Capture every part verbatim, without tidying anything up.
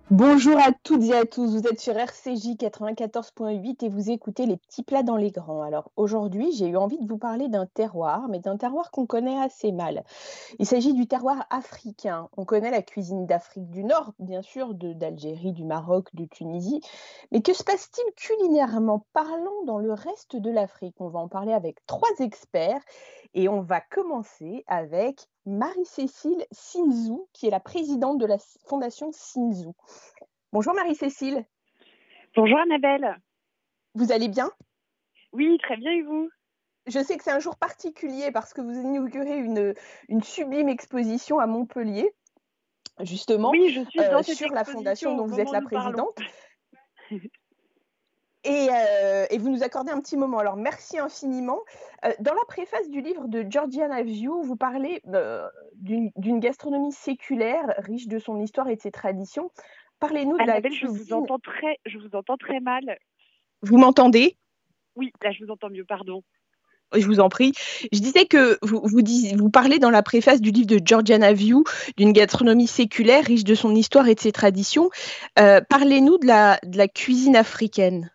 Bonjour à toutes et à tous, vous êtes sur R C J quatre-vingt-quatorze point huit et vous écoutez Les Petits Plats dans les Grands. Alors aujourd'hui, j'ai eu envie de vous parler d'un terroir, mais d'un terroir qu'on connaît assez mal. Il s'agit du terroir africain. On connaît la cuisine d'Afrique du Nord, bien sûr, de- d'Algérie, du Maroc, de Tunisie. Mais que se passe-t-il culinairement parlant dans le reste de l'Afrique? On va en parler avec trois experts et on va commencer avec Marie-Cécile Sinzou, qui est la présidente de la s- fondation Sinzou. Bonjour Marie-Cécile, Bonjour Annabelle. vous allez bien? Oui, très bien et vous? Je sais que c'est un jour particulier parce que vous inaugurez une, une sublime exposition à Montpellier, justement, Oui, je suis euh, dans cette sur la fondation exposition au dont vous êtes moment où la nous parlons. présidente. Et, euh, et vous nous accordez un petit moment. Alors, merci infiniment. Euh, dans la préface du livre de Georgiana View, vous parlez euh, d'une d'une gastronomie séculaire, riche de son histoire et de ses traditions. Parlez-nous de la Annabelle, je vous cuisine. entends très, je vous entends très mal. Vous m'entendez? Oui, là je vous entends mieux, pardon. Je vous en prie. Je disais que vous, vous, dis- vous parlez dans la préface du livre de Georgiana View d'une gastronomie séculaire riche de son histoire et de ses traditions. Euh, parlez-nous de la, de la cuisine africaine.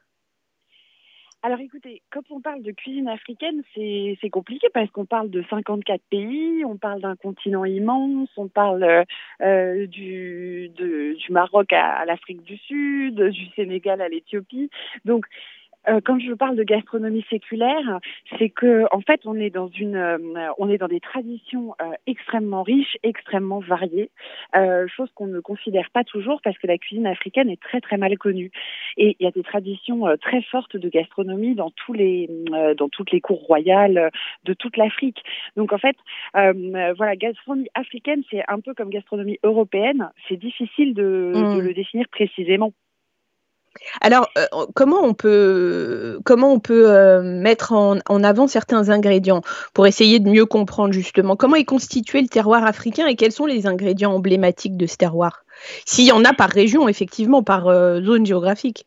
Alors écoutez, quand on parle de cuisine africaine, c'est c'est compliqué parce qu'on parle de cinquante-quatre pays, on parle d'un continent immense, on parle euh, euh, du, de- du Maroc à, à l'Afrique du Sud, du Sénégal à l'Éthiopie. Donc Euh, quand je parle de gastronomie séculaire, c'est que en fait on est dans une, euh, on est dans des traditions euh, extrêmement riches, extrêmement variées, euh, chose qu'on ne considère pas toujours parce que la cuisine africaine est très très mal connue. Et il y a des traditions euh, très fortes de gastronomie dans tous les, euh, dans toutes les cours royales euh, de toute l'Afrique. Donc en fait, euh, euh, voilà, gastronomie africaine, c'est un peu comme gastronomie européenne. C'est difficile de, de Hmm. le définir précisément. Alors, euh, comment on peut, comment on peut euh, mettre en, en avant certains ingrédients pour essayer de mieux comprendre justement comment est constitué le terroir africain et quels sont les ingrédients emblématiques de ce terroir? S'il y en a par région, effectivement, par euh, zone géographique.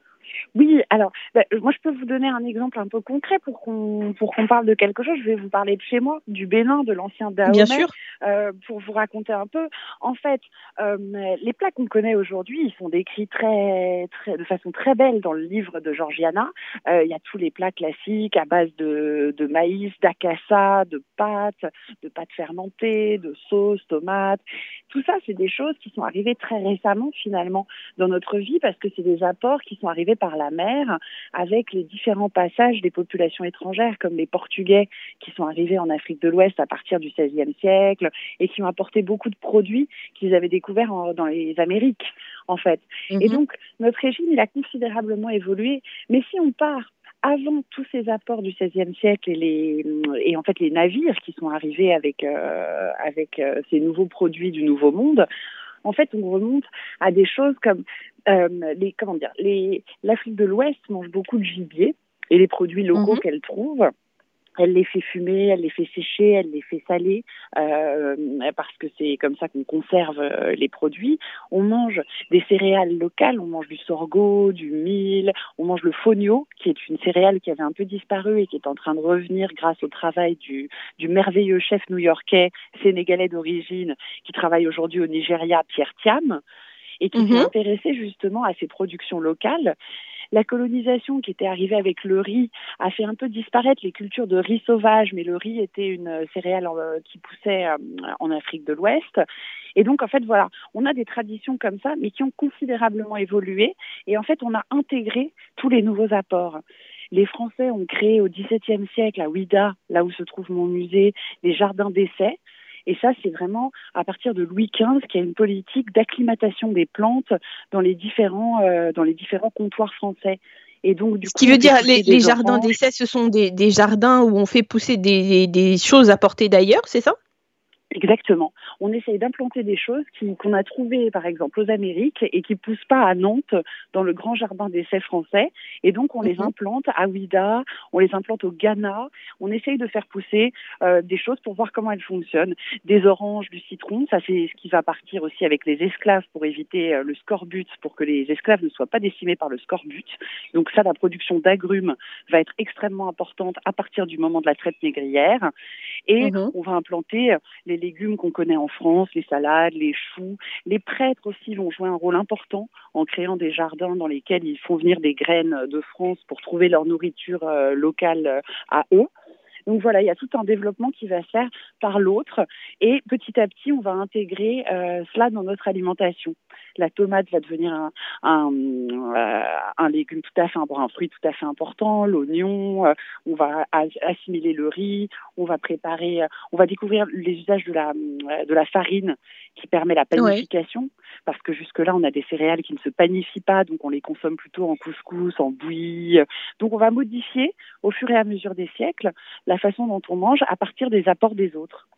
Oui, alors, bah, euh, moi, je peux vous donner un exemple un peu concret pour qu'on pour qu'on parle de quelque chose. Je vais vous parler de chez moi, du Bénin, de l'ancien Bien Dahomey, sûr. euh, pour vous raconter un peu. En fait, euh, les plats qu'on connaît aujourd'hui, ils sont décrits très, très, de façon très belle dans le livre de Georgiana. Euh, Il y a tous les plats classiques à base de, de maïs, d'acassa, de pâtes, de pâtes fermentées, de sauce, tomates. Tout ça, c'est des choses qui sont arrivées très récemment, finalement, dans notre vie parce que c'est des apports qui sont arrivés par la mer avec les différents passages des populations étrangères comme les Portugais qui sont arrivés en Afrique de l'Ouest à partir du seizième siècle et qui ont apporté beaucoup de produits qu'ils avaient découverts en, dans les Amériques en fait. Et Mhm. donc notre régime il a considérablement évolué, mais si on part avant tous ces apports du seizième siècle et, les, et en fait les navires qui sont arrivés avec, euh, avec euh, ces nouveaux produits du Nouveau Monde, en fait, on remonte à des choses comme euh, les, comment dire, les, l'Afrique de l'Ouest mange beaucoup de gibier et les produits locaux Mhm. qu'elle trouve. Elle les fait fumer, elle les fait sécher, elle les fait saler, euh, parce que c'est comme ça qu'on conserve euh, les produits. On mange des céréales locales, on mange du sorgho, du mil, on mange le fonio, qui est une céréale qui avait un peu disparu et qui est en train de revenir grâce au travail du, du merveilleux chef new-yorkais, sénégalais d'origine, qui travaille aujourd'hui au Nigeria, Pierre Thiam, et qui s'est Mhm. intéressé justement à ces productions locales. La colonisation qui était arrivée avec le riz a fait un peu disparaître les cultures de riz sauvage, mais le riz était une céréale euh, qui poussait euh, en Afrique de l'Ouest. Et donc, en fait, voilà, on a des traditions comme ça, mais qui ont considérablement évolué. Et en fait, on a intégré tous les nouveaux apports. Les Français ont créé au dix-septième siècle à Ouida, là où se trouve mon musée, les jardins d'essai. Et ça, c'est vraiment à partir de Louis quinze qu'il y a une politique d'acclimatation des plantes dans les différents, euh, dans les différents comptoirs français. Et donc, du Ce qui coup, on veut fait dire les, pousser les des jardins oranges. d'essai, ce sont des, des jardins où on fait pousser des, des choses apportées d'ailleurs, c'est ça? Exactement. On essaye d'implanter des choses qui, qu'on a trouvées, par exemple, aux Amériques et qui poussent pas à Nantes, dans le grand jardin d'essai français. Et donc, on les Mhm. implante à Ouida, on les implante au Ghana. On essaye de faire pousser euh, des choses pour voir comment elles fonctionnent. Des oranges, du citron, ça c'est ce qui va partir aussi avec les esclaves pour éviter euh, le scorbut, pour que les esclaves ne soient pas décimés par le scorbut. Donc ça, la production d'agrumes va être extrêmement importante à partir du moment de la traite négrière. Et Mhm. on va implanter les légumes qu'on connaît en France, les salades, les choux. Les prêtres aussi vont jouer un rôle important en créant des jardins dans lesquels ils font venir des graines de France pour trouver leur nourriture euh, locale euh, à eux. Donc voilà, il y a tout un développement qui va se faire par l'autre et petit à petit, on va intégrer euh, cela dans notre alimentation. La tomate va devenir un, un, euh, un légume tout à fait important, un fruit tout à fait important, l'oignon, euh, on va assimiler le riz, on va préparer, euh, on va découvrir les usages de la, de la farine qui permet la Ouais. panification, parce que jusque-là, on a des céréales qui ne se panifient pas, donc on les consomme plutôt en couscous, en bouillie. Donc on va modifier au fur et à mesure des siècles la façon dont on mange à partir des apports des autres.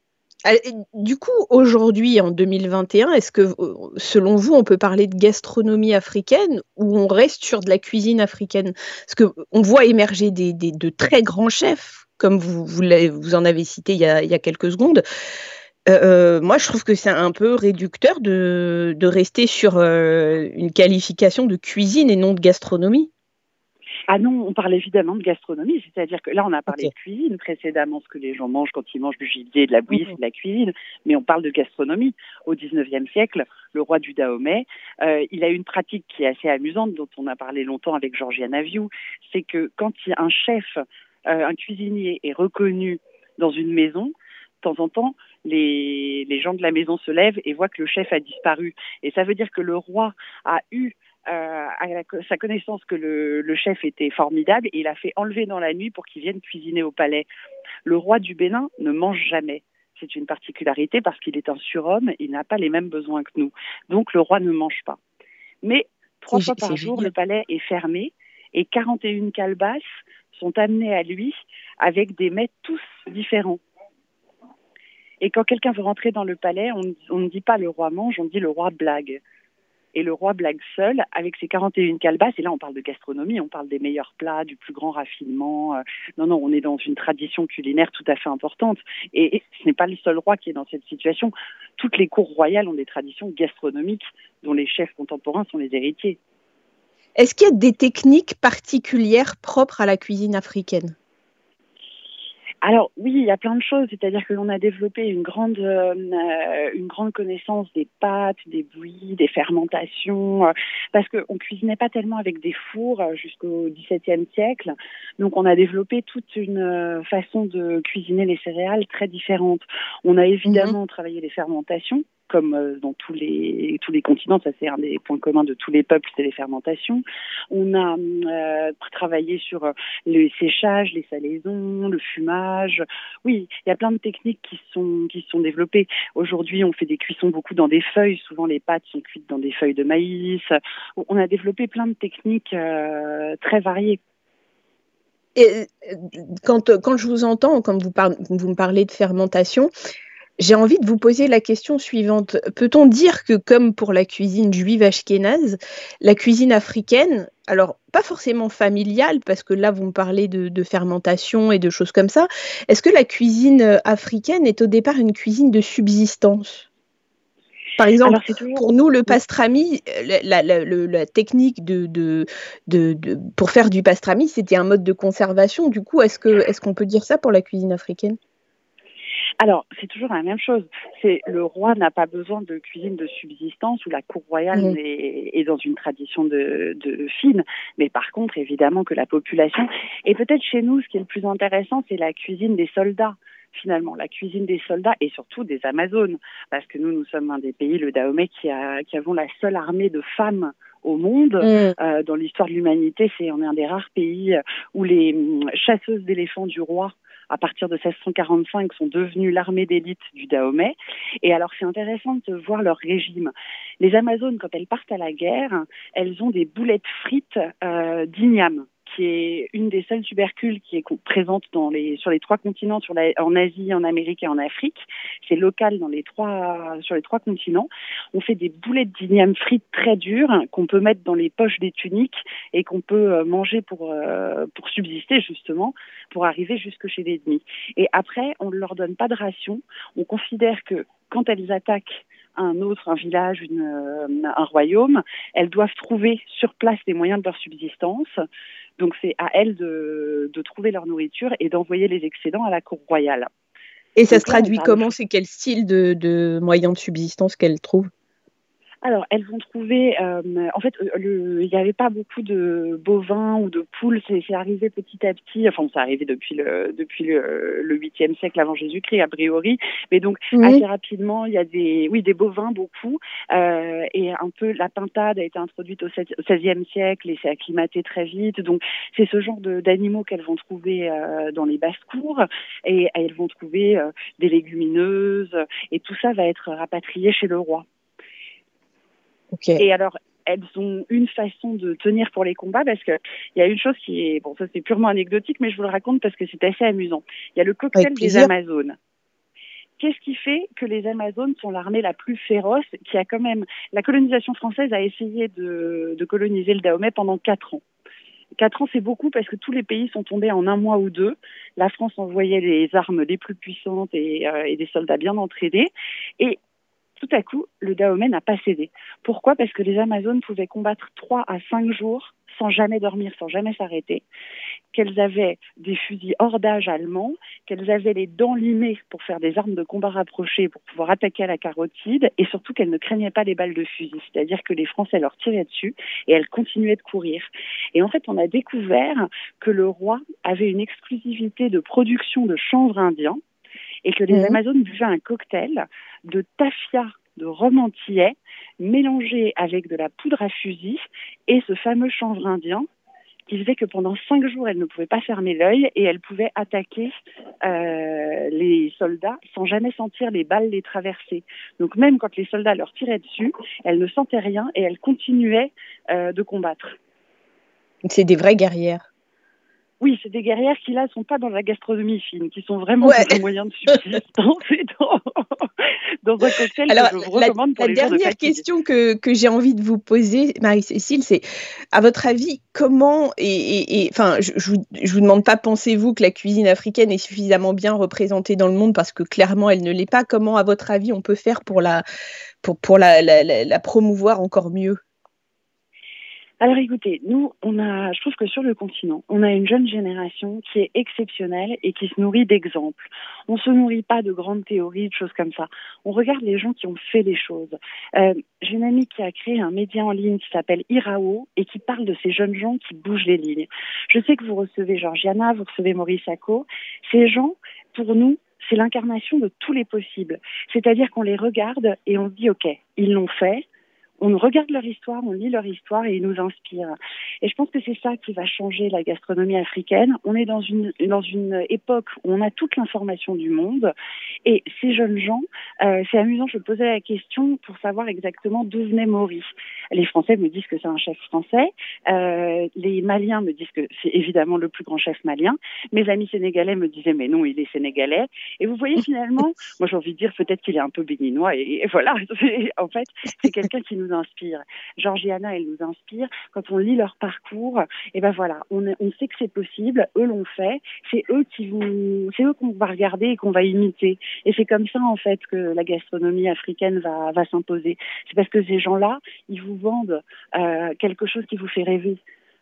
Du coup, aujourd'hui, en deux mille vingt et un, est-ce que, selon vous, on peut parler de gastronomie africaine ou on reste sur de la cuisine africaine? Parce qu'on voit émerger des, des, de très grands chefs, comme vous, vous, vous en avez cité il y a, il y a quelques secondes. Euh, moi, je trouve que c'est un peu réducteur de, de rester sur euh, une qualification de cuisine et non de gastronomie. Ah non, on parle évidemment de gastronomie, c'est-à-dire que là, on a parlé Okay. de cuisine précédemment, ce que les gens mangent quand ils mangent du gibier, de la bouillie, c'est de la cuisine, mais on parle de gastronomie. Au dix-neuvième siècle, le roi du Dahomey, euh, il a une pratique qui est assez amusante, dont on a parlé longtemps avec Georgiana Naviou, c'est que quand un chef, euh, un cuisinier est reconnu dans une maison, de temps en temps, les, les gens de la maison se lèvent et voient que le chef a disparu. Et ça veut dire que le roi a eu Euh, à la, sa connaissance que le, le chef était formidable et il a fait enlever dans la nuit pour qu'il vienne cuisiner au palais. Le roi du Bénin ne mange jamais. C'est une particularité parce qu'il est un surhomme, il n'a pas les mêmes besoins que nous. Donc le roi ne mange pas. Mais trois fois par jour, le palais est fermé et quarante et une calebasses sont amenées à lui avec des mets tous différents. Et quand quelqu'un veut rentrer dans le palais, on, on ne dit pas le roi mange, on dit le roi blague. Et le roi blague seul avec ses quarante et une calebasses. Et là, on parle de gastronomie, on parle des meilleurs plats, du plus grand raffinement. Non, non, on est dans une tradition culinaire tout à fait importante. Et, et ce n'est pas le seul roi qui est dans cette situation. Toutes les cours royales ont des traditions gastronomiques dont les chefs contemporains sont les héritiers. Est-ce qu'il y a des techniques particulières propres à la cuisine africaine ? Alors oui, il y a plein de choses, c'est-à-dire que l'on a développé une grande, euh, une grande connaissance des pâtes, des bouillies, des fermentations, euh, parce qu'on ne cuisinait pas tellement avec des fours euh, jusqu'au dix-septième siècle. Donc on a développé toute une euh, façon de cuisiner les céréales très différente. On a évidemment mmh. travaillé les fermentations, comme euh, dans tous les, tous les continents, ça c'est un des points communs de tous les peuples, c'est les fermentations. On a euh, travaillé sur euh, le séchage, les salaisons, le fumage. Oui, il y a plein de techniques qui sont, qui sont développées. Aujourd'hui, on fait des cuissons beaucoup dans des feuilles. Souvent, les pâtes sont cuites dans des feuilles de maïs. On a développé plein de techniques euh, très variées. Et quand, quand je vous entends, quand vous, par, vous me parlez de fermentation, j'ai envie de vous poser la question suivante. Peut-on dire que, comme pour la cuisine juive ashkénaze, la cuisine africaine, alors pas forcément familiale, parce que là, vous me parlez de, de fermentation et de choses comme ça, est-ce que la cuisine africaine est au départ une cuisine de subsistance ? Par exemple, Alors, toujours... pour nous, le pastrami, la, la, la, la technique de, de, de, de, pour faire du pastrami, c'était un mode de conservation. Du coup, est-ce que, est-ce qu'on peut dire ça pour la cuisine africaine ? Alors, c'est toujours la même chose. C'est le roi n'a pas besoin de cuisine de subsistance où la cour royale mmh. est, est dans une tradition de, de fine. Mais par contre, évidemment que la population, et peut-être chez nous, ce qui est le plus intéressant, c'est la cuisine des soldats. Finalement, la cuisine des soldats et surtout des Amazones. Parce que nous, nous sommes un des pays, le Dahomey, qui, a, qui avons la seule armée de femmes au monde. Mmh. Euh, dans l'histoire de l'humanité, c'est, on est un des rares pays où les chasseuses d'éléphants du roi, à partir de seize cent quarante-cinq, sont devenues l'armée d'élite du Dahomey. Et alors, c'est intéressant de voir leur régime. Les Amazones, quand elles partent à la guerre, elles ont des boulettes frites euh, d'igname, qui est une des seules tubercules qui est présente dans les, sur les trois continents, sur la, en Asie, en Amérique et en Afrique. C'est local dans les trois, sur les trois continents. On fait des boulettes d'igname frites très dures qu'on peut mettre dans les poches des tuniques et qu'on peut manger pour, euh, pour subsister justement, pour arriver jusque chez l'ennemi. Et après, on ne leur donne pas de ration. On considère que quand elles attaquent un autre, un village, une, euh, un royaume, elles doivent trouver sur place les moyens de leur subsistance. Donc c'est à elles de, de trouver leur nourriture et d'envoyer les excédents à la cour royale. Et ça se Donc là, on traduit parle comment? C'est quel style de, de moyens de subsistance qu'elles trouvent? Alors, elles vont trouver, euh, en fait, le, il n'y avait pas beaucoup de bovins ou de poules, c'est, c'est arrivé petit à petit, enfin, c'est arrivé depuis le depuis le, le huitième siècle avant Jésus-Christ, a priori, mais donc, Oui. assez rapidement, il y a des, oui, des bovins, beaucoup, euh, et un peu, la pintade a été introduite au seizième siècle et s'est acclimatée très vite, donc, c'est ce genre de, d'animaux qu'elles vont trouver euh, dans les basses-cours, et elles vont trouver euh, des légumineuses, et tout ça va être rapatrié chez le roi. Ok. Et alors, elles ont une façon de tenir pour les combats parce qu'il y a une chose qui est, bon, ça c'est purement anecdotique, mais je vous le raconte parce que c'est assez amusant. Il y a le Avec cocktail des plaisir. Amazones. Qu'est-ce qui fait que les Amazones sont l'armée la plus féroce, qui a quand même, la colonisation française a essayé de, de coloniser le Dahomey pendant quatre ans. Quatre ans, c'est beaucoup parce que tous les pays sont tombés en un mois ou deux. La France envoyait les armes les plus puissantes et, euh, et des soldats bien entraînés. Et tout à coup, le Dahomey n'a pas cédé. Pourquoi? Parce que les Amazones pouvaient combattre trois à cinq jours sans jamais dormir, sans jamais s'arrêter, qu'elles avaient des fusils hors d'âge allemands, qu'elles avaient les dents limées pour faire des armes de combat rapprochées, pour pouvoir attaquer à la carotide, et surtout qu'elles ne craignaient pas les balles de fusil, c'est-à-dire que les Français leur tiraient dessus et elles continuaient de courir. Et en fait, on a découvert que le roi avait une exclusivité de production de chanvre indien, et que les Mmh. Amazones buvaient un cocktail de tafia de rhum antillais mélangé avec de la poudre à fusil et ce fameux chanvre indien qui faisait que pendant cinq jours, elles ne pouvaient pas fermer l'œil et elles pouvaient attaquer euh, les soldats sans jamais sentir les balles les traverser. Donc même quand les soldats leur tiraient dessus, elles ne sentaient rien et elles continuaient euh, de combattre. C'est des vraies guerrières. Oui, c'est des guerrières qui, là, ne sont pas dans la gastronomie fine, qui sont vraiment Ouais. dans un moyen de subsistance et dans, dans un cocktail que Alors, je vous la, recommande pour la les jours de dernière fatigue. question que, que j'ai envie de vous poser, Marie-Cécile, c'est, à votre avis, comment, et, et, et enfin, je, je, vous, je vous demande pas, pensez-vous que la cuisine africaine est suffisamment bien représentée dans le monde, parce que clairement, elle ne l'est pas. Comment, à votre avis, on peut faire pour la, pour, pour la, la, la, la promouvoir encore mieux? Alors écoutez, nous, on a, je trouve que sur le continent, on a une jeune génération qui est exceptionnelle et qui se nourrit d'exemples. On se nourrit pas de grandes théories, de choses comme ça. On regarde les gens qui ont fait les choses. Euh, j'ai une amie qui a créé un média en ligne qui s'appelle Irao et qui parle de ces jeunes gens qui bougent les lignes. Je sais que vous recevez Georgiana, vous recevez Maurice Sacco. Ces gens, pour nous, c'est l'incarnation de tous les possibles. C'est-à-dire qu'on les regarde et on se dit, OK, ils l'ont fait. On regarde leur histoire, on lit leur histoire et ils nous inspirent. Et je pense que c'est ça qui va changer la gastronomie africaine. On est dans une, dans une époque où on a toute l'information du monde et ces jeunes gens, euh, c'est amusant, je posais la question pour savoir exactement d'où venait Maurice. Les Français me disent que c'est un chef français, euh, les Maliens me disent que c'est évidemment le plus grand chef malien, mes amis sénégalais me disaient mais non, il est sénégalais. Et vous voyez finalement, moi j'ai envie de dire peut-être qu'il est un peu béninois et, et voilà, en fait c'est quelqu'un qui nous inspire. Georgiana, elle nous inspire. Quand on lit leur parcours, et ben voilà, on, on sait que c'est possible. Eux l'ont fait. C'est eux qui vont, c'est eux qu'on va regarder et qu'on va imiter. Et c'est comme ça en fait que la gastronomie africaine va, va s'imposer. C'est parce que ces gens-là, ils vous vendent euh, quelque chose qui vous fait rêver.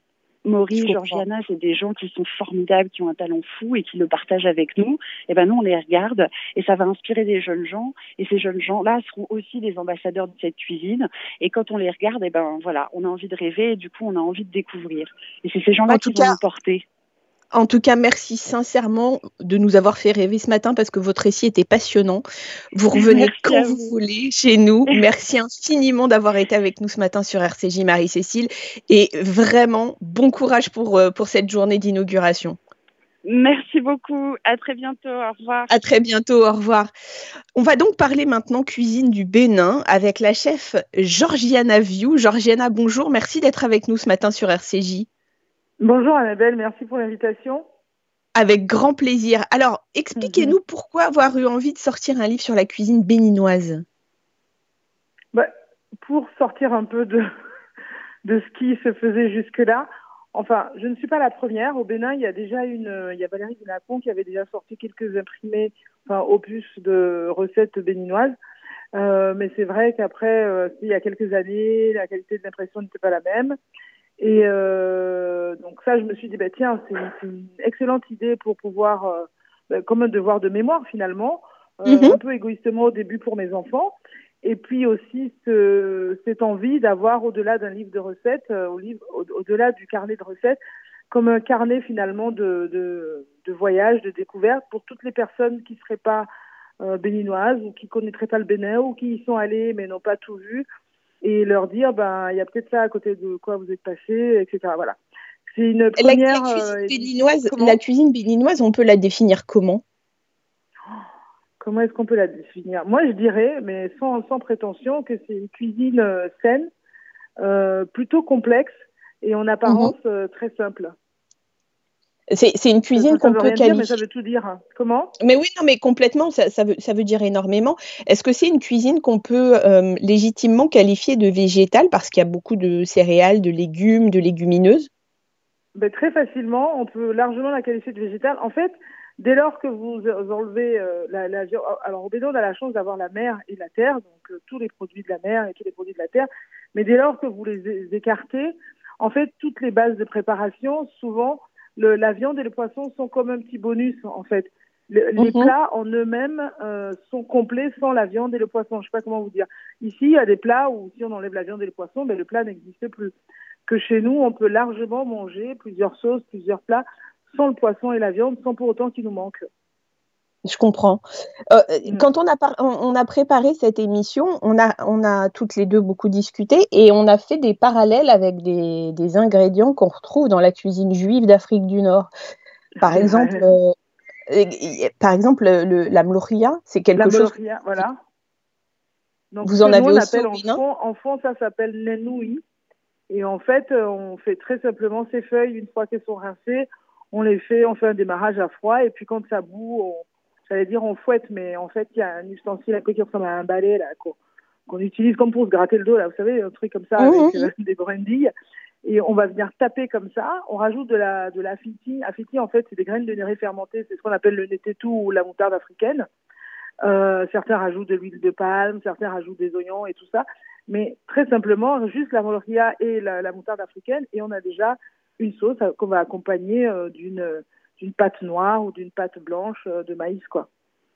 Je Maurice, comprends. Georgiana, c'est des gens qui sont formidables, qui ont un talent fou et qui le partagent avec nous. Et ben nous, on les regarde et ça va inspirer des jeunes gens. Et ces jeunes gens-là seront aussi des ambassadeurs de cette cuisine. Et quand on les regarde, et ben voilà, on a envie de rêver et du coup, on a envie de découvrir. Et c'est ces gens-là En tout qui vont cas, nous porter. En tout cas, merci sincèrement de nous avoir fait rêver ce matin parce que votre récit était passionnant. Vous revenez Merci quand à vous vous. voulez chez nous. Merci infiniment d'avoir été avec nous ce matin sur R C J, Marie-Cécile. Et vraiment, bon courage pour, euh, pour cette journée d'inauguration. Merci beaucoup. À très bientôt. Au revoir. À très bientôt. Au revoir. On va donc parler maintenant cuisine du Bénin avec la chef Georgiana Viu. Georgiana, bonjour. Merci d'être avec nous ce matin sur R C J. Bonjour Annabelle, merci pour l'invitation. Avec grand plaisir. Alors, Mhm. expliquez-nous pourquoi avoir eu envie de sortir un livre sur la cuisine béninoise. Bah, pour sortir un peu de, de ce qui se faisait jusque-là, enfin, je ne suis pas la première. Au Bénin, il y a déjà une, il y a Valérie Denacon qui avait déjà sorti quelques imprimés, enfin, opus de recettes béninoises. Euh, mais c'est vrai qu'après, euh, il y a quelques années, la qualité de l'impression n'était pas la même. Et euh, donc ça, je me suis dit, bah, tiens, c'est une, c'est une excellente idée pour pouvoir euh, comme un devoir de mémoire finalement, euh, Mhm. un peu égoïstement au début pour mes enfants. Et puis aussi ce, cette envie d'avoir au-delà d'un livre de recettes, euh, au livre, au- au-delà du carnet de recettes, comme un carnet finalement de, de, de voyage, de découverte pour toutes les personnes qui ne seraient pas euh, béninoises ou qui ne connaîtraient pas le Bénin ou qui y sont allées mais n'ont pas tout vu et leur dire ben il y a peut-être ça à côté de quoi vous êtes passé, et cetera. Voilà. C'est une La, la première cuisine euh, édition. béninoise, la Comment? cuisine béninoise, on peut la définir comment? Comment est-ce qu'on peut la définir? Moi, je dirais, mais sans, sans prétention, que c'est une cuisine euh, saine, euh, plutôt complexe et en Mhm. apparence euh, très simple. C'est, c'est une Ça, cuisine ça, ça qu'on veut peut rien dire, mais ça qualifier. veut tout dire, hein. Comment? Mais oui, non, mais complètement, ça, ça veut, ça veut dire énormément. Est-ce que c'est une cuisine qu'on peut euh, légitimement qualifier de végétale parce qu'il y a beaucoup de céréales, de légumes, de légumineuses? Ben, très facilement, on peut largement la qualifier de végétale. En fait, dès lors que vous enlevez euh, la, la viande, alors au Bénin, on a la chance d'avoir la mer et la terre, donc euh, tous les produits de la mer et tous les produits de la terre. Mais dès lors que vous les é- écartez, en fait, toutes les bases de préparation, souvent, le, la viande et le poisson sont comme un petit bonus, en fait. Le- les Mhm. plats en eux-mêmes euh, sont complets sans la viande et le poisson. Je ne sais pas comment vous dire. Ici, il y a des plats où si on enlève la viande et le poisson, ben, le plat n'existe plus. Que chez nous, on peut largement manger plusieurs sauces, plusieurs plats, sans le poisson et la viande, sans pour autant qu'il nous manque. Je comprends. Euh, Mm. quand on a, par- on, on a préparé cette émission, on a, on a toutes les deux beaucoup discuté et on a fait des parallèles avec des, des ingrédients qu'on retrouve dans la cuisine juive d'Afrique du Nord. Par C'est exemple, vrai. euh, euh, par exemple le, la mloria, c'est La quelque chose que moloria, voilà. Donc, ce vous que en nous, avez on aussi appelle au en Bénin. fond, en fond, ça s'appelle nenoui. Et en fait, euh, on fait très simplement ces feuilles, une fois qu'elles sont rincées, on les fait, on fait un démarrage à froid, et puis quand ça bout, on, j'allais dire on fouette, mais en fait, il y a un ustensile à côté qui ressemble à un balai, là, qu'on, qu'on utilise comme pour se gratter le dos, là, vous savez, un truc comme ça avec Mhm. euh, des brindilles. Et on va venir taper comme ça. On rajoute de la, de la fiti. La fiti, en fait, c'est des graines de néré fermentées. C'est ce qu'on appelle le netetu ou la moutarde africaine. Euh, certains rajoutent de l'huile de palme, certains rajoutent des oignons et tout ça. Mais très simplement, juste la moloria et la, la moutarde africaine, et on a déjà une sauce qu'on va accompagner euh, d'une, d'une pâte noire ou d'une pâte blanche euh, de maïs, quoi.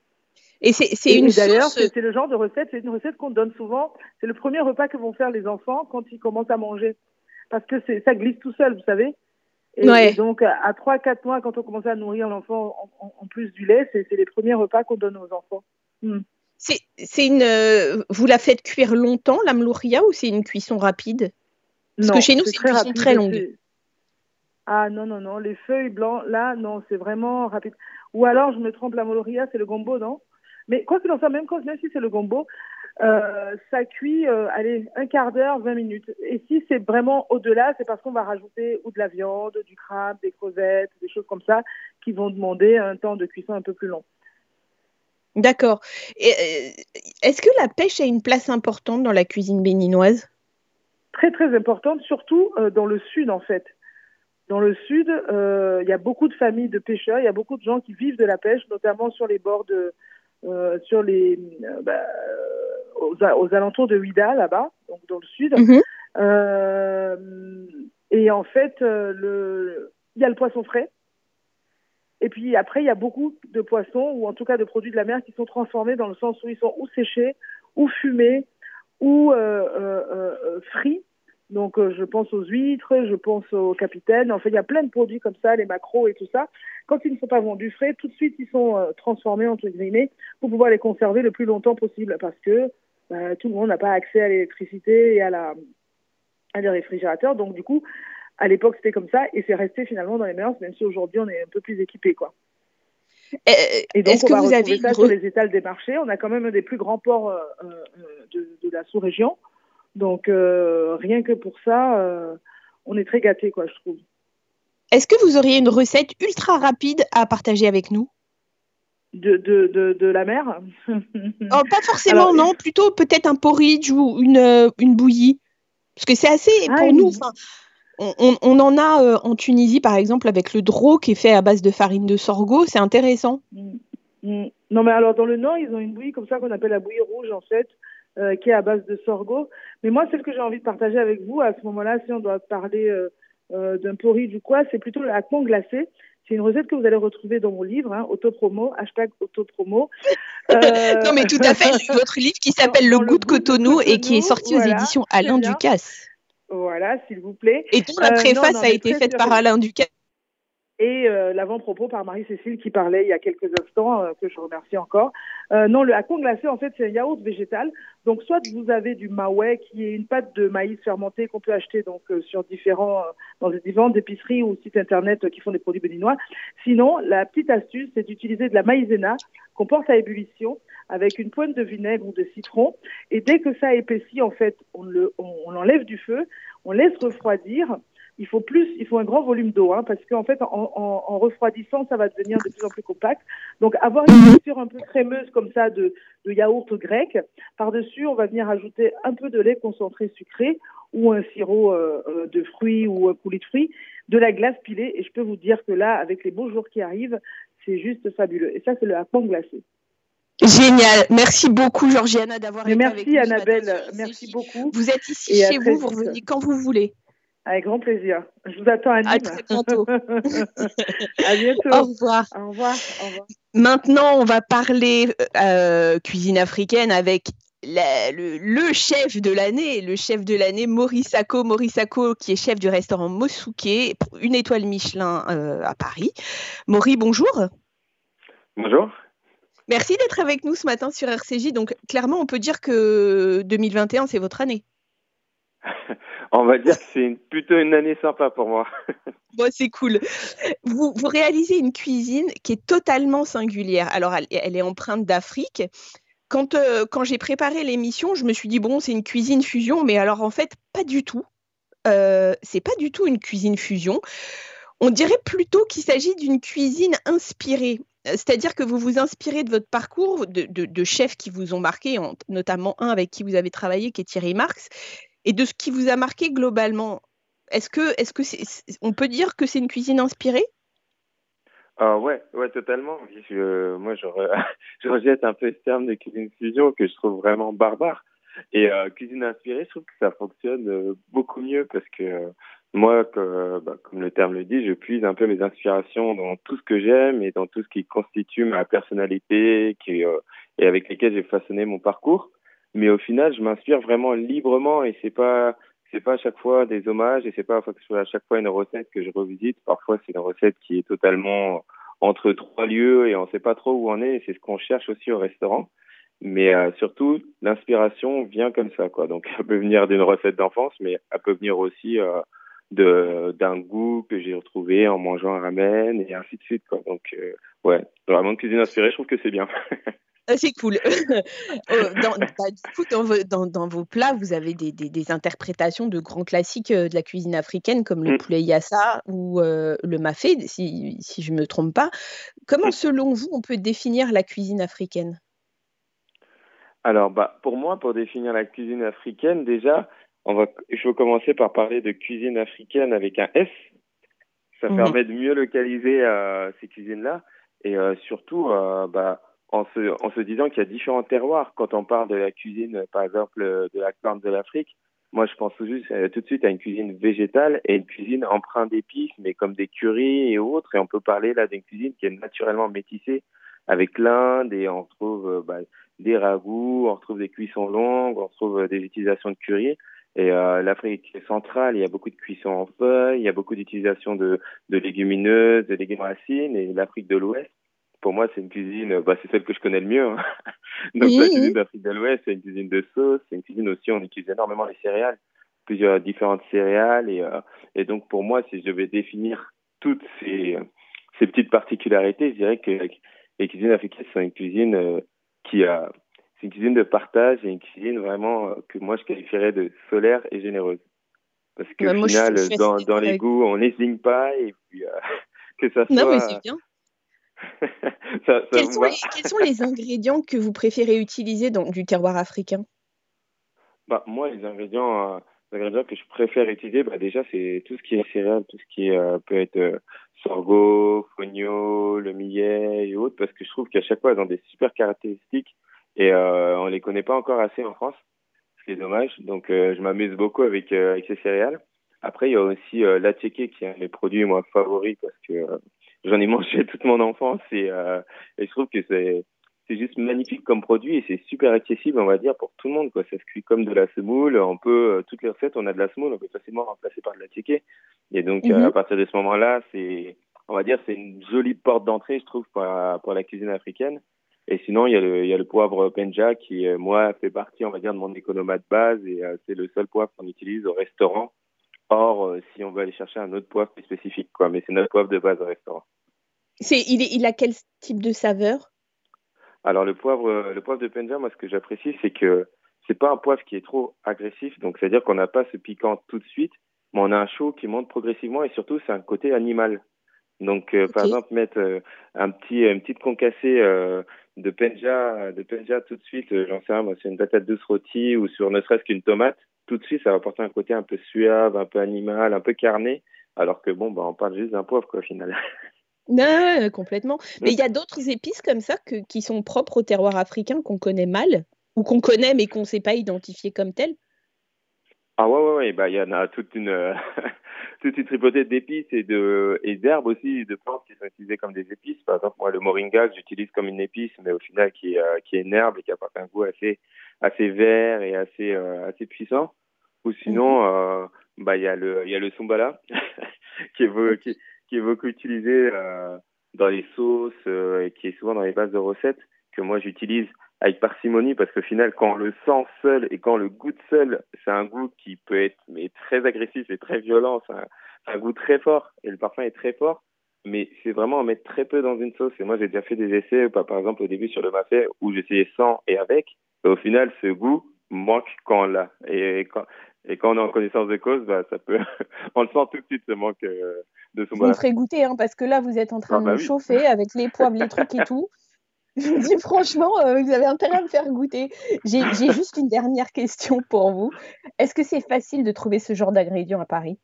Et c'est, c'est Et, une et d'ailleurs, sauce. c'est, c'est le genre de recette, c'est une recette qu'on donne souvent. C'est le premier repas que vont faire les enfants quand ils commencent à manger. Parce que c'est, ça glisse tout seul, vous savez. Et, et Ouais. donc, à trois quatre mois, quand on commence à nourrir l'enfant en, en, en plus du lait, c'est, c'est les premiers repas qu'on donne aux enfants. Mm. C'est, c'est une. euh, vous la faites cuire longtemps, la mlouria, ou c'est une cuisson rapide? Parce que Non, chez nous, c'est c'est une très cuisson très rapide. longue. C'est... Ah non, non, non. Les feuilles blancs, là, non, c'est vraiment rapide. Ou alors, je me trompe, la moloria, c'est le gombo, non? Mais quoi qu'il en soit, même, quand, même si c'est le gombo, euh, ça cuit, euh, allez, un quart d'heure, vingt minutes. Et si c'est vraiment au-delà, c'est parce qu'on va rajouter ou de la viande, du crabe, des crevettes, des choses comme ça, qui vont demander un temps de cuisson un peu plus long. D'accord. Et, euh, est-ce que la pêche a une place importante dans la cuisine béninoise? Très, très importante, surtout euh, dans le sud, en fait. Dans le sud, euh, il y a beaucoup de familles de pêcheurs, il y a beaucoup de gens qui vivent de la pêche, notamment sur les bords de, euh, sur les, euh, bah, aux, aux alentours de Ouida, là-bas, donc dans le sud. Mhm. Euh, et en fait, euh, le, il y a le poisson frais. Et puis après, il y a beaucoup de poissons, ou en tout cas de produits de la mer, qui sont transformés dans le sens où ils sont ou séchés, ou fumés, ou euh, euh, euh, frits. Donc, euh, je pense aux huîtres, je pense aux capitaines. En fait, il y a plein de produits comme ça, les maquereaux et tout ça. Quand ils ne sont pas vendus frais, tout de suite, ils sont euh, transformés, entre guillemets, pour pouvoir les conserver le plus longtemps possible. Parce que bah, tout le monde n'a pas accès à l'électricité et à, la, à des réfrigérateurs. Donc, du coup, à l'époque, c'était comme ça. Et c'est resté finalement dans les mœurs, même si aujourd'hui, on est un peu plus équipé, quoi. Euh, Et donc, Est-ce on que va vous avez retrouver une ça sur re- les étals des marchés. On a quand même un des plus grands ports euh, euh, de, de la sous-région. Donc, euh, rien que pour ça, euh, on est très gâtés, quoi, je trouve. Est-ce que vous auriez une recette ultra rapide à partager avec nous? De, de, de, de la mer. Oh, pas Alors, forcément, non. Plutôt peut-être un porridge ou une, euh, une bouillie. Parce que c'est assez, ah, pour nous, une... enfin, on, on- on en a euh, en Tunisie, par exemple, avec le dro qui est fait à base de farine de sorgho. C'est intéressant. Non, mais alors, dans le Nord, ils ont une bouillie comme ça qu'on appelle la bouillie rouge, en fait, euh, qui est à base de sorgho. Mais moi, celle que j'ai envie de partager avec vous, à ce moment-là, si on doit parler euh, euh, d'un porridge ou quoi, c'est plutôt la con glacée. C'est une recette que vous allez retrouver dans mon livre, hein, autopromo, hashtag autopromo. Euh... non, mais tout à fait, votre livre qui s'appelle Le, le goût de Cotonou, Cotonou et qui est sorti voilà, aux éditions Alain Ducasse. Voilà, s'il vous plaît. Et dont la préface euh, non, non, a été faite par Alain Ducasse. Et euh, l'avant-propos par Marie-Cécile qui parlait il y a quelques instants, euh, que je remercie encore. Euh, non, le akon glacé, en fait, c'est un yaourt végétal. Donc, soit vous avez du maouais, qui est une pâte de maïs fermentée qu'on peut acheter donc euh, sur différents, euh, dans les différentes épiceries ou sites internet euh, qui font des produits béninois. Sinon, la petite astuce, c'est d'utiliser de la maïzena qu'on porte à ébullition avec une pointe de vinaigre ou de citron. Et dès que ça épaissit, en fait, on, le, on, on l'enlève du feu, on laisse refroidir. Il faut plus, il faut un grand volume d'eau, hein, parce qu'en fait, en, en, en refroidissant, ça va devenir de plus en plus compact. Donc, avoir une texture un peu crémeuse comme ça de, de yaourt grec. Par-dessus, on va venir ajouter un peu de lait concentré sucré ou un sirop euh, de fruits ou un coulis de fruits, de la glace pilée. Et je peux vous dire que là, avec les beaux jours qui arrivent, c'est juste fabuleux. Et ça, c'est le akon glacé. Génial. Merci beaucoup, Georgiana, d'avoir été merci, avec nous. Merci, Annabelle. Ce matin merci beaucoup. Vous êtes ici et chez vous, vous revenez quand vous voulez. Avec grand plaisir. Je vous attends à Nîmes. À très bientôt. À bientôt. Au revoir. Au revoir. Au revoir. Maintenant, on va parler euh, cuisine africaine avec la, le, le chef de l'année, le chef de l'année, Maurice Sacco. Maurice Sacco, qui est chef du restaurant Mosouké, une étoile Michelin euh, à Paris. Maurice, bonjour. Bonjour. Merci d'être avec nous ce matin sur R C J. Donc, clairement, on peut dire que deux mille vingt et un, c'est votre année. On va dire que c'est une, plutôt une année sympa pour moi. Bon, c'est cool. Vous, vous réalisez une cuisine qui est totalement singulière. Alors, elle, elle est empreinte d'Afrique. Quand, euh, quand j'ai préparé l'émission, je me suis dit, bon, c'est une cuisine fusion, mais alors en fait, pas du tout. Euh, c'est pas du tout une cuisine fusion. On dirait plutôt qu'il s'agit d'une cuisine inspirée. C'est-à-dire que vous vous inspirez de votre parcours, de, de, de chefs qui vous ont marqué, notamment un avec qui vous avez travaillé, qui est Thierry Marx, et de ce qui vous a marqué globalement. Est-ce que, est-ce que c'est, on peut dire que c'est une cuisine inspirée ? Ah ouais, ouais, totalement. Je, moi, je, re, je rejette un peu ce terme de cuisine fusion que je trouve vraiment barbare. Et euh, cuisine inspirée, je trouve que ça fonctionne euh, beaucoup mieux parce que euh, moi, que, bah, comme le terme le dit, je puise un peu mes inspirations dans tout ce que j'aime et dans tout ce qui constitue ma personnalité qui, euh, et avec lesquels j'ai façonné mon parcours. Mais au final, je m'inspire vraiment librement et c'est pas c'est pas à chaque fois des hommages et c'est pas à chaque fois une recette que je revisite. Parfois, c'est une recette qui est totalement entre trois lieux et on sait pas trop où on est. Et c'est ce qu'on cherche aussi au restaurant. Mais euh, surtout, l'inspiration vient comme ça, quoi. Donc, elle peut venir d'une recette d'enfance, mais elle peut venir aussi euh, de d'un goût que j'ai retrouvé en mangeant un ramen et ainsi de suite, quoi. Donc, euh, ouais, vraiment une cuisine inspirée, je trouve que c'est bien. C'est cool. dans, bah, du coup, dans, vos, dans, dans vos plats, vous avez des, des, des interprétations de grands classiques de la cuisine africaine, comme le mm. poulet yassa ou euh, le mafé, si, si je ne me trompe pas. Comment, selon vous, on peut définir la cuisine africaine ? Alors, bah, pour moi, pour définir la cuisine africaine, déjà, on va, je vais commencer par parler de cuisine africaine avec un S. Ça mm-hmm. permet de mieux localiser euh, ces cuisines-là. Et euh, surtout, euh, bah, en se, en se disant qu'il y a différents terroirs. Quand on parle de la cuisine, par exemple, de la Corne de l'Afrique, moi, je pense tout de, suite, tout de suite à une cuisine végétale et une cuisine empreinte d'épices, mais comme des currys et autres. Et on peut parler là d'une cuisine qui est naturellement métissée avec l'Inde et on retrouve bah, des ragoûts, on retrouve des cuissons longues, on retrouve des utilisations de curry. Et euh, l'Afrique centrale, il y a beaucoup de cuissons en feuilles, il y a beaucoup d'utilisation de, de légumineuses, de légumes racines. Et l'Afrique de l'Ouest, pour moi, c'est une cuisine, bah, c'est celle que je connais le mieux. Hein. Donc, mmh. la cuisine d'Afrique de l'Ouest, c'est une cuisine de sauce, c'est une cuisine aussi, on utilise énormément les céréales, plusieurs différentes céréales. Et, euh, et donc, pour moi, si je devais définir toutes ces, ces petites particularités, je dirais que les cuisines africaines sont une cuisine euh, qui a, c'est une cuisine de partage et une cuisine vraiment euh, que moi, je qualifierais de solaire et généreuse. Parce qu'au ouais, final, je, je dans, dans les goûts, on n'hésigne pas et puis euh, que ça soit... Non, mais c'est bien. ça, ça quels, sont les, quels sont les ingrédients que vous préférez utiliser dans du terroir africain ? Bah, moi, les ingrédients, euh, les ingrédients que je préfère utiliser, bah, déjà, c'est tout ce qui est céréales, tout ce qui est, euh, peut être euh, sorgho, fonio, le millet et autres, parce que je trouve qu'à chaque fois, elles ont des super caractéristiques et euh, on les connaît pas encore assez en France, ce qui est dommage. Donc, euh, je m'amuse beaucoup avec, euh, avec ces céréales. Après, il y a aussi euh, l'attiéké qui est un des produits, moi, favoris, parce que euh, j'en ai mangé toute mon enfance et, euh, et je trouve que c'est c'est juste magnifique comme produit et c'est super accessible, on va dire, pour tout le monde, quoi. Ça se cuit comme de la semoule. On peut, euh, toutes les recettes, on a de la semoule, on peut facilement remplacer par de la tické. Et donc, euh, Mhm. à partir de ce moment-là, c'est, on va dire, c'est une jolie porte d'entrée, je trouve, pour la, pour la cuisine africaine. Et sinon, il y a le, il y a le poivre Penja qui, euh, moi, fait partie, on va dire, de mon économat de base et euh, c'est le seul poivre qu'on utilise au restaurant. Or, euh, si on veut aller chercher un autre poivre plus spécifique, quoi. Mais c'est notre poivre de base au restaurant. C'est, il, est, il a quel type de saveur? Alors le poivre, euh, le poivre de Penja, moi ce que j'apprécie, c'est que c'est pas un poivre qui est trop agressif, donc c'est-à-dire qu'on n'a pas ce piquant tout de suite, mais on a un chaud qui monte progressivement et surtout c'est un côté animal. Donc euh, par Ok. exemple mettre euh, un petit, une petite concassée euh, de Penja, de Penja tout de suite, euh, j'en sais rien, moi c'est une patate douce rôtie ou sur ne serait-ce qu'une tomate, tout de suite ça va apporter un côté un peu suave, un peu animal, un peu carné, alors que bon bah on parle juste d'un poivre quoi au final. Non, euh, complètement. Mais il y a d'autres épices comme ça que, qui sont propres au terroir africain qu'on connaît mal, ou qu'on connaît mais qu'on ne sait pas identifier comme tel. Ah ouais, ouais, ouais, bah, il y en a toute une, euh, toute une tripotée d'épices et de, et d'herbes aussi, de plantes qui sont utilisées comme des épices. Par exemple, moi, le moringa, que j'utilise comme une épice, mais au final, qui est, euh, qui est une herbe et qui apporte un goût assez, assez vert et assez, euh, assez puissant. Ou Mhm. sinon, euh, bah, il y a le, il y a le sumbala, qui est, beau- qui, Ok. qui est beaucoup utilisé, euh, dans les sauces, euh, et qui est souvent dans les bases de recettes, que moi, j'utilise avec parcimonie parce qu'au final, quand on le sent seul et quand on le goûte seul, c'est un goût qui peut être mais très agressif et très violent. C'est un, c'est un goût très fort et le parfum est très fort. Mais c'est vraiment en mettre très peu dans une sauce. Et moi, j'ai déjà fait des essais, par par exemple au début sur le mafé, où j'essayais sans et avec. Et au final, ce goût manque quand on l'a. Et quand, et quand on est en connaissance de cause, bah, ça peut, on le sent tout de suite, ce manque euh, de Vous me Sumbala. ferez goûter, hein, parce que là, vous êtes en train Ah de bah me oui. chauffer avec les poivres, les trucs et tout. Je vous dis franchement, euh, vous avez intérêt à me faire goûter. J'ai, j'ai juste une dernière question pour vous. Est-ce que c'est facile de trouver ce genre d'ingrédients à Paris?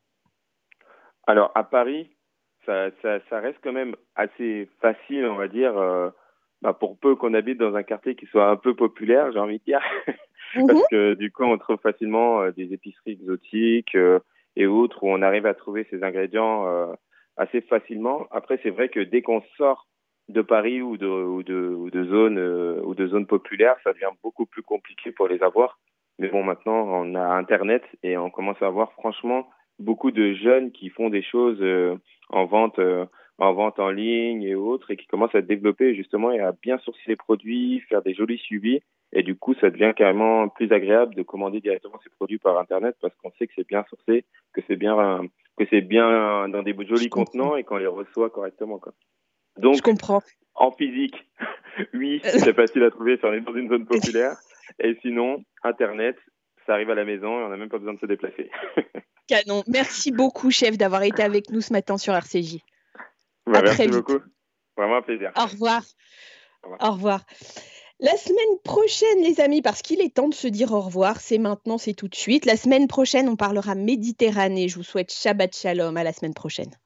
Alors, à Paris, ça, ça, ça reste quand même assez facile, on va dire, euh, bah, pour peu qu'on habite dans un quartier qui soit un peu populaire, j'ai envie de dire, parce Mhm. que du coup, on trouve facilement euh, des épiceries exotiques euh, et autres où on arrive à trouver ces ingrédients euh, assez facilement. Après, c'est vrai que dès qu'on sort de Paris ou de, ou de, ou de zones euh, ou de zones populaires, ça devient beaucoup plus compliqué pour les avoir. Mais bon, maintenant, on a Internet et on commence à avoir franchement beaucoup de jeunes qui font des choses euh, en vente, euh, en vente en ligne et autres, et qui commencent à développer justement et à bien sourcer les produits, faire des jolis suivis. Et du coup, ça devient carrément plus agréable de commander directement ces produits par Internet parce qu'on sait que c'est bien sourcé, que c'est bien, euh, que c'est bien dans des Je jolis comprends. contenants et qu'on les reçoit correctement, quoi. Je Donc, comprends. en physique, oui, c'est facile à trouver si on est dans une zone populaire. Et sinon, Internet, ça arrive à la maison et on n'a même pas besoin de se déplacer. Canon. Merci beaucoup, chef, d'avoir été avec nous ce matin sur R C J. Bah, À très merci vite. beaucoup. Vraiment un plaisir. Au revoir. Au revoir. Au revoir. La semaine prochaine, les amis, parce qu'il est temps de se dire au revoir, c'est maintenant, c'est tout de suite. La semaine prochaine, on parlera Méditerranée. Je vous souhaite Shabbat Shalom. À la semaine prochaine.